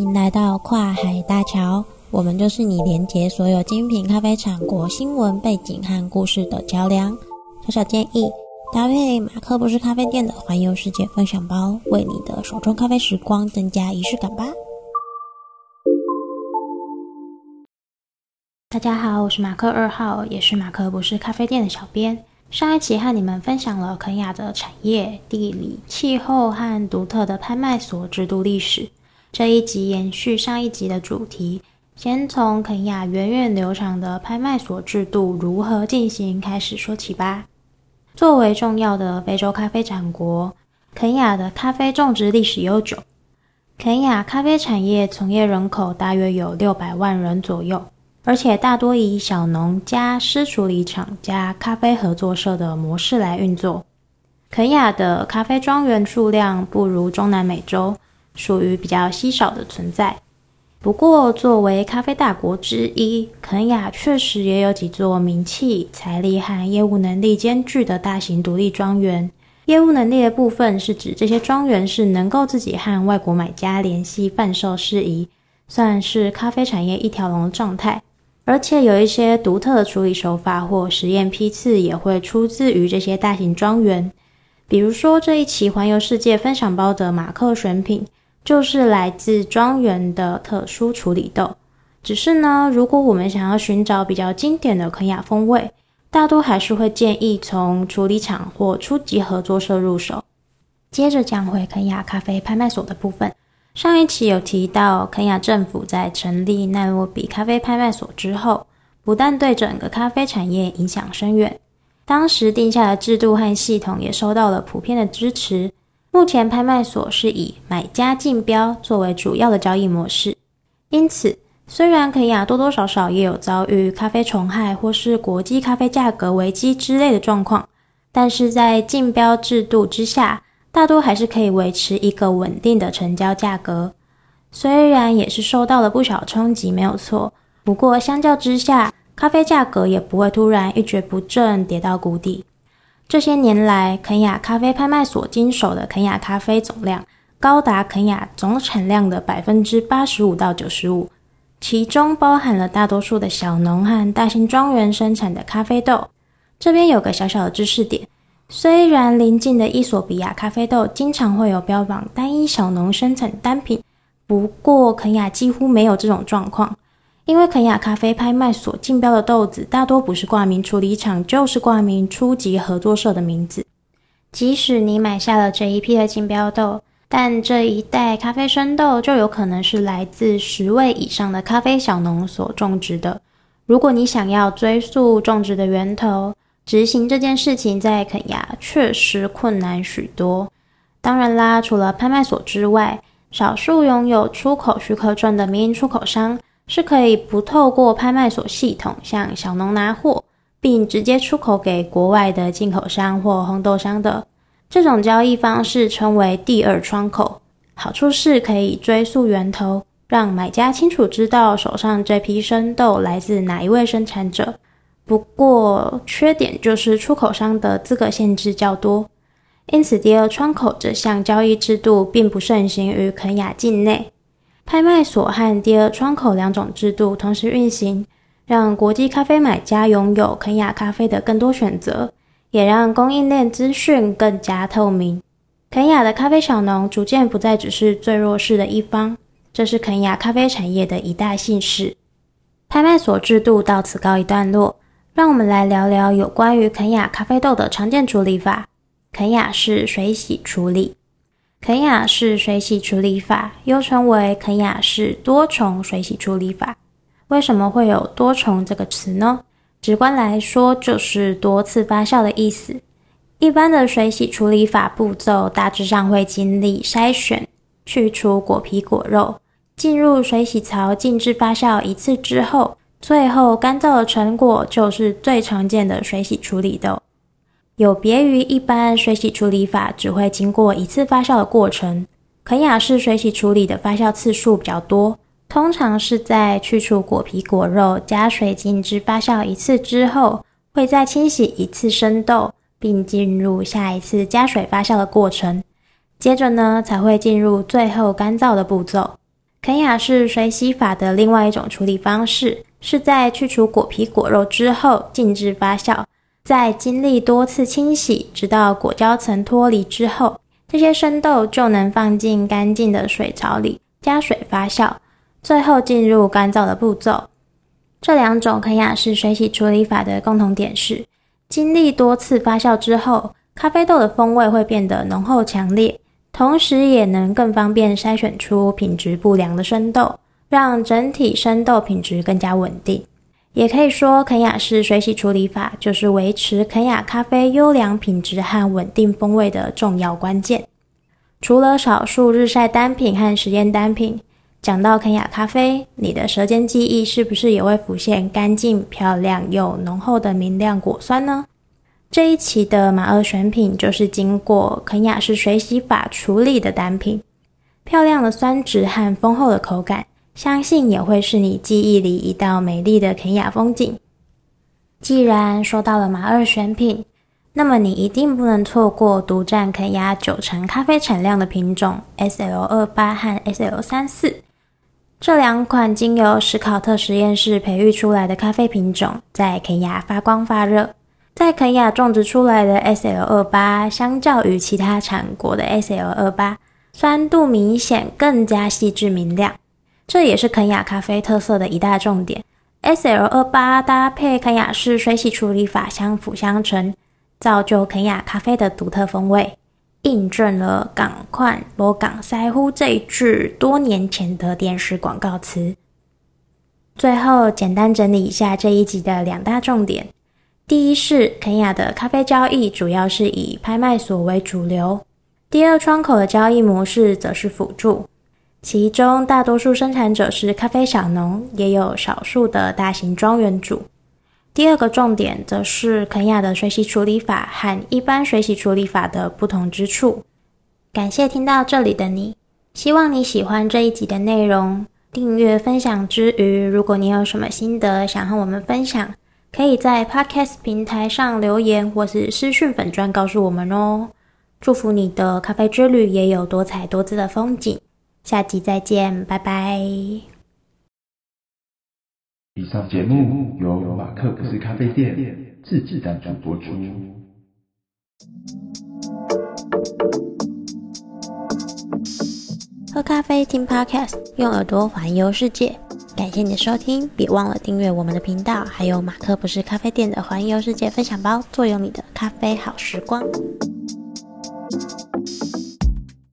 迎来到跨海大桥，我们就是你连结所有精品咖啡产国新闻背景和故事的桥梁。小小建议，搭配马克不是咖啡店的环游世界分享包，为你的手冲咖啡时光增加仪式感吧。大家好，我是马克2号，也是马克不是咖啡店的小编。上一期和你们分享了肯亚的产业、地理、气候和独特的拍卖所制度历史。这一集延续上一集的主题，先从肯亚源远流长的拍卖所制度如何进行开始说起吧。作为重要的非洲咖啡产国，肯亚的咖啡种植历史悠久。肯亚咖啡产业从业人口大约有600万人左右，而且大多以小农加湿处理厂加咖啡合作社的模式来运作。肯亚的咖啡庄园数量不如中南美洲，属于比较稀少的存在。不过作为咖啡大国之一，肯亚确实也有几座名气、财力和业务能力兼具的大型独立庄园。业务能力的部分是指这些庄园是能够自己和外国买家联系贩售事宜，算是咖啡产业一条龙的状态。而且有一些独特的处理手法或实验批次也会出自于这些大型庄园。比如说这一期环游世界分享包的马克选品就是来自庄园的特殊处理豆。只是呢，如果我们想要寻找比较经典的肯亚风味，大多还是会建议从处理厂或初级合作社入手。接着讲回肯亚咖啡拍卖所的部分。上一期有提到，肯亚政府在成立奈罗比咖啡拍卖所之后，不但对整个咖啡产业影响深远，当时定下的制度和系统也受到了普遍的支持。目前拍卖所是以买家竞标作为主要的交易模式，因此虽然肯亚多多少少也有遭遇咖啡虫害或是国际咖啡价格危机之类的状况，但是在竞标制度之下，大多还是可以维持一个稳定的成交价格。虽然也是受到了不小冲击没有错，不过相较之下，咖啡价格也不会突然一蹶不振跌到谷底。这些年来，肯亚咖啡拍卖所经手的肯亚咖啡总量高达肯亚总产量的 85% 到 95%， 其中包含了大多数的小农和大型庄园生产的咖啡豆。这边有个小小的知识点，虽然邻近的伊索比亚咖啡豆经常会有标榜单一小农生产单品，不过肯亚几乎没有这种状况。因为肯亚咖啡拍卖所竞标的豆子大多不是挂名处理厂，就是挂名初级合作社的名字。即使你买下了这一批的竞标豆，但这一袋咖啡生豆就有可能是来自10位以上的咖啡小农所种植的。如果你想要追溯种植的源头，执行这件事情在肯亚确实困难许多。当然啦，除了拍卖所之外，少数拥有出口许可证的民营出口商是可以不透过拍卖所系统向小农拿货，并直接出口给国外的进口商或烘豆商的。这种交易方式称为第二窗口，好处是可以追溯源头，让买家清楚知道手上这批生豆来自哪一位生产者。不过缺点就是出口商的资格限制较多，因此第二窗口这项交易制度并不盛行于肯亚境内。拍卖所和第二窗口两种制度同时运行，让国际咖啡买家拥有肯亚咖啡的更多选择，也让供应链资讯更加透明。肯亚的咖啡小农逐渐不再只是最弱势的一方，这是肯亚咖啡产业的一大幸事。拍卖所制度到此告一段落，让我们来聊聊有关于肯亚咖啡豆的常见处理法。肯亚式水洗处理。肯亚式水洗处理法又称为肯亚式多重水洗处理法。为什么会有多重这个词呢？直观来说就是多次发酵的意思。一般的水洗处理法步骤大致上会经历筛选、去除果皮果肉，进入水洗槽静置发酵一次之后，最后干燥的成果就是最常见的水洗处理豆。有别于一般水洗处理法只会经过一次发酵的过程，肯亚式水洗处理的发酵次数比较多，通常是在去除果皮果肉加水静置发酵一次之后，会再清洗一次生豆，并进入下一次加水发酵的过程，接着呢才会进入最后干燥的步骤。 肯雅式水洗法的另外一种处理方式，是在去除果皮果肉之后静置发酵，再经历多次清洗，直到果胶层脱离之后，这些生豆就能放进干净的水槽里加水发酵，最后进入干燥的步骤。这两种肯雅式水洗处理法的共同点是，经历多次发酵之后，咖啡豆的风味会变得浓厚强烈，同时也能更方便筛选出品质不良的生豆，让整体生豆品质更加稳定。也可以说，肯雅式水洗处理法就是维持肯雅咖啡优良品质和稳定风味的重要关键。除了少数日晒单品和实验单品，讲到肯雅咖啡，你的舌尖记忆是不是也会浮现干净、漂亮又浓厚的明亮果酸呢？这一期的马二选品就是经过肯雅式水洗法处理的单品，漂亮的酸质和丰厚的口感，相信也会是你记忆里一道美丽的肯雅风景。既然说到了马二选品，那么你一定不能错过独占肯雅90%咖啡产量的品种 SL28 和 SL34。这两款经由史考特实验室培育出来的咖啡品种，在肯雅发光发热。在肯雅种植出来的 SL28 相较于其他产国的 SL28， 酸度明显更加细致明亮，这也是肯雅咖啡特色的一大重点。SL28 搭配肯雅式水洗处理法相辅相成，造就肯雅咖啡的独特风味，印证了港款无港腮乎这一句多年前的电视广告词。最后简单整理一下这一集的两大重点。第一是肯雅的咖啡交易主要是以拍卖所为主流，第二窗口的交易模式则是辅助，其中大多数生产者是咖啡小农，也有少数的大型庄园主。第二个重点则是肯雅的水洗处理法和一般水洗处理法的不同之处。感谢听到这里的你，希望你喜欢这一集的内容。订阅分享之余，如果你有什么心得想和我们分享，可以在 Podcast 平台上留言或是私讯粉专告诉我们哦。祝福你的咖啡之旅也有多彩多姿的风景。下集再见，拜拜。 以上节目由马克不是咖啡店自制赞助播出。 喝咖啡听 Podcast， 用耳朵环游世界。感谢你的收听，别忘了订阅我们的频道，还有马克不是咖啡店的环游世界分享包，坐拥你的咖啡好时光。